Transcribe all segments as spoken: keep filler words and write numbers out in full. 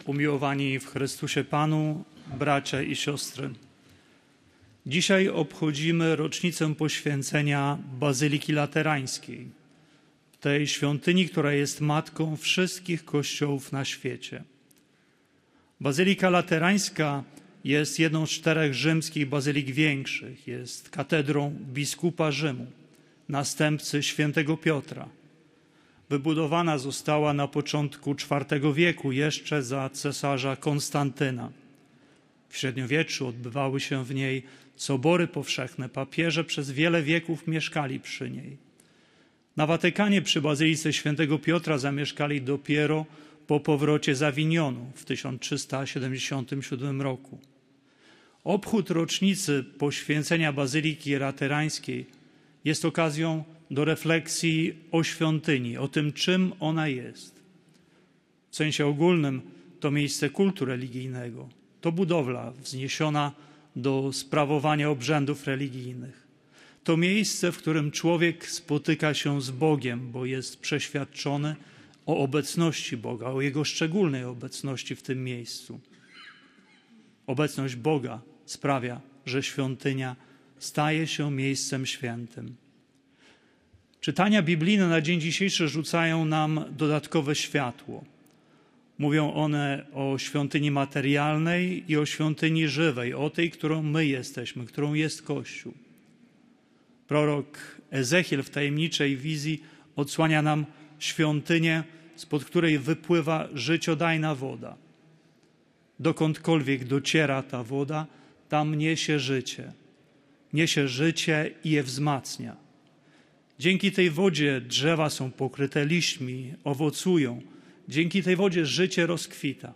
Umiłowani w Chrystusie Panu, bracia i siostry. Dzisiaj obchodzimy rocznicę poświęcenia Bazyliki Laterańskiej, tej świątyni, która jest matką wszystkich kościołów na świecie. Bazylika Laterańska jest jedną z czterech rzymskich bazylik większych, jest katedrą biskupa Rzymu, następcy świętego Piotra. Wybudowana została na początku czwartego wieku, jeszcze za cesarza Konstantyna. W średniowieczu odbywały się w niej sobory powszechne. Papieże przez wiele wieków mieszkali przy niej. Na Watykanie przy Bazylice świętego Piotra zamieszkali dopiero po powrocie z Awinionu w tysiąc trzysta siedemdziesiątym siódmym roku. Obchód rocznicy poświęcenia Bazyliki Laterańskiej jest okazją do refleksji o świątyni, o tym, czym ona jest. W sensie ogólnym to miejsce kultu religijnego, to budowla wzniesiona do sprawowania obrzędów religijnych. To miejsce, w którym człowiek spotyka się z Bogiem, bo jest przeświadczony o obecności Boga, o Jego szczególnej obecności w tym miejscu. Obecność Boga sprawia, że świątynia staje się miejscem świętym. Czytania biblijne na dzień dzisiejszy rzucają nam dodatkowe światło. Mówią one o świątyni materialnej i o świątyni żywej, o tej, którą my jesteśmy, którą jest Kościół. Prorok Ezechiel w tajemniczej wizji odsłania nam świątynię, spod której wypływa życiodajna woda. Dokądkolwiek dociera ta woda, tam niesie życie. Niesie życie i je wzmacnia. Dzięki tej wodzie drzewa są pokryte liśćmi, owocują. Dzięki tej wodzie życie rozkwita.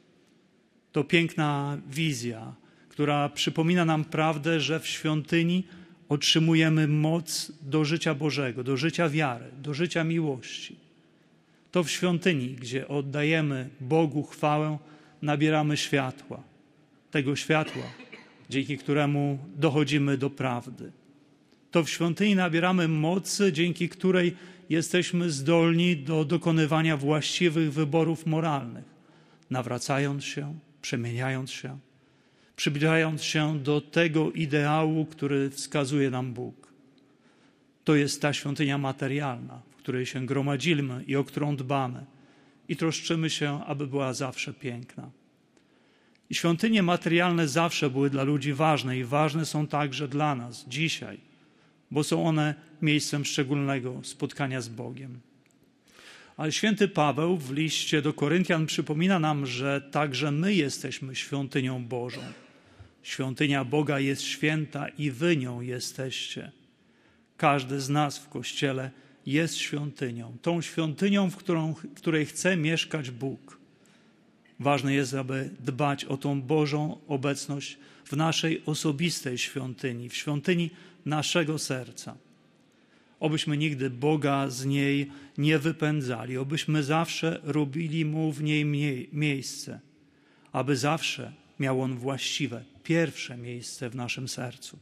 To piękna wizja, która przypomina nam prawdę, że w świątyni otrzymujemy moc do życia Bożego, do życia wiary, do życia miłości. To w świątyni, gdzie oddajemy Bogu chwałę, nabieramy światła. Tego światła, dzięki któremu dochodzimy do prawdy. To w świątyni nabieramy mocy, dzięki której jesteśmy zdolni do dokonywania właściwych wyborów moralnych, nawracając się, przemieniając się, przybliżając się do tego ideału, który wskazuje nam Bóg. To jest ta świątynia materialna, w której się gromadzimy i o którą dbamy i troszczymy się, aby była zawsze piękna. I świątynie materialne zawsze były dla ludzi ważne i ważne są także dla nas dzisiaj, bo są one miejscem szczególnego spotkania z Bogiem. Ale święty Paweł w liście do Koryntian przypomina nam, że także my jesteśmy świątynią Bożą. Świątynia Boga jest święta i wy nią jesteście. Każdy z nas w Kościele jest świątynią. Tą świątynią, w, którą, w której chce mieszkać Bóg. Ważne jest, aby dbać o tą Bożą obecność w naszej osobistej świątyni, w świątyni naszego serca. Obyśmy nigdy Boga z niej nie wypędzali, obyśmy zawsze robili Mu w niej miejsce, aby zawsze miał On właściwe, pierwsze miejsce w naszym sercu.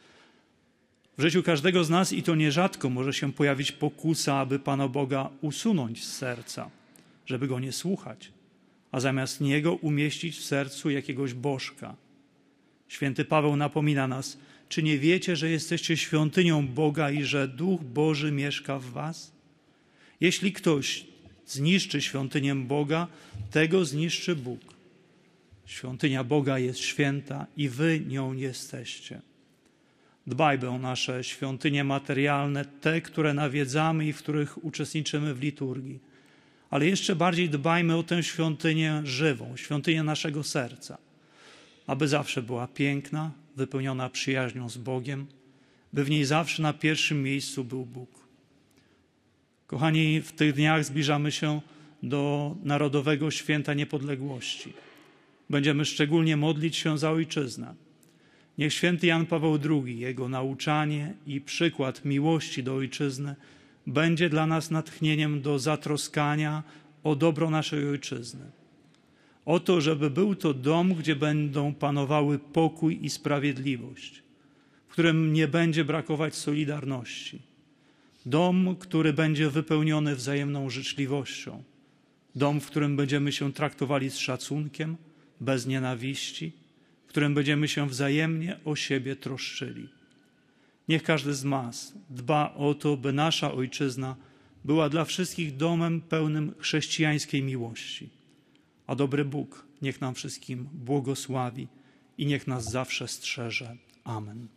W życiu każdego z nas, i to nierzadko, może się pojawić pokusa, aby Pana Boga usunąć z serca, żeby Go nie słuchać, a zamiast Niego umieścić w sercu jakiegoś bożka. Święty Paweł napomina nas: czy nie wiecie, że jesteście świątynią Boga i że Duch Boży mieszka w was? Jeśli ktoś zniszczy świątynię Boga, tego zniszczy Bóg. Świątynia Boga jest święta i wy nią jesteście. Dbajmy o nasze świątynie materialne, te, które nawiedzamy i w których uczestniczymy w liturgii. Ale jeszcze bardziej dbajmy o tę świątynię żywą, świątynię naszego serca, aby zawsze była piękna, wypełniona przyjaźnią z Bogiem, by w niej zawsze na pierwszym miejscu był Bóg. Kochani, w tych dniach zbliżamy się do Narodowego Święta Niepodległości. Będziemy szczególnie modlić się za ojczyznę. Niech święty Jan Paweł drugi, jego nauczanie i przykład miłości do ojczyzny będzie dla nas natchnieniem do zatroskania o dobro naszej ojczyzny. O to, żeby był to dom, gdzie będą panowały pokój i sprawiedliwość, w którym nie będzie brakować solidarności. Dom, który będzie wypełniony wzajemną życzliwością. Dom, w którym będziemy się traktowali z szacunkiem, bez nienawiści, w którym będziemy się wzajemnie o siebie troszczyli. Niech każdy z nas dba o to, by nasza ojczyzna była dla wszystkich domem pełnym chrześcijańskiej miłości. A dobry Bóg niech nam wszystkim błogosławi i niech nas zawsze strzeże. Amen.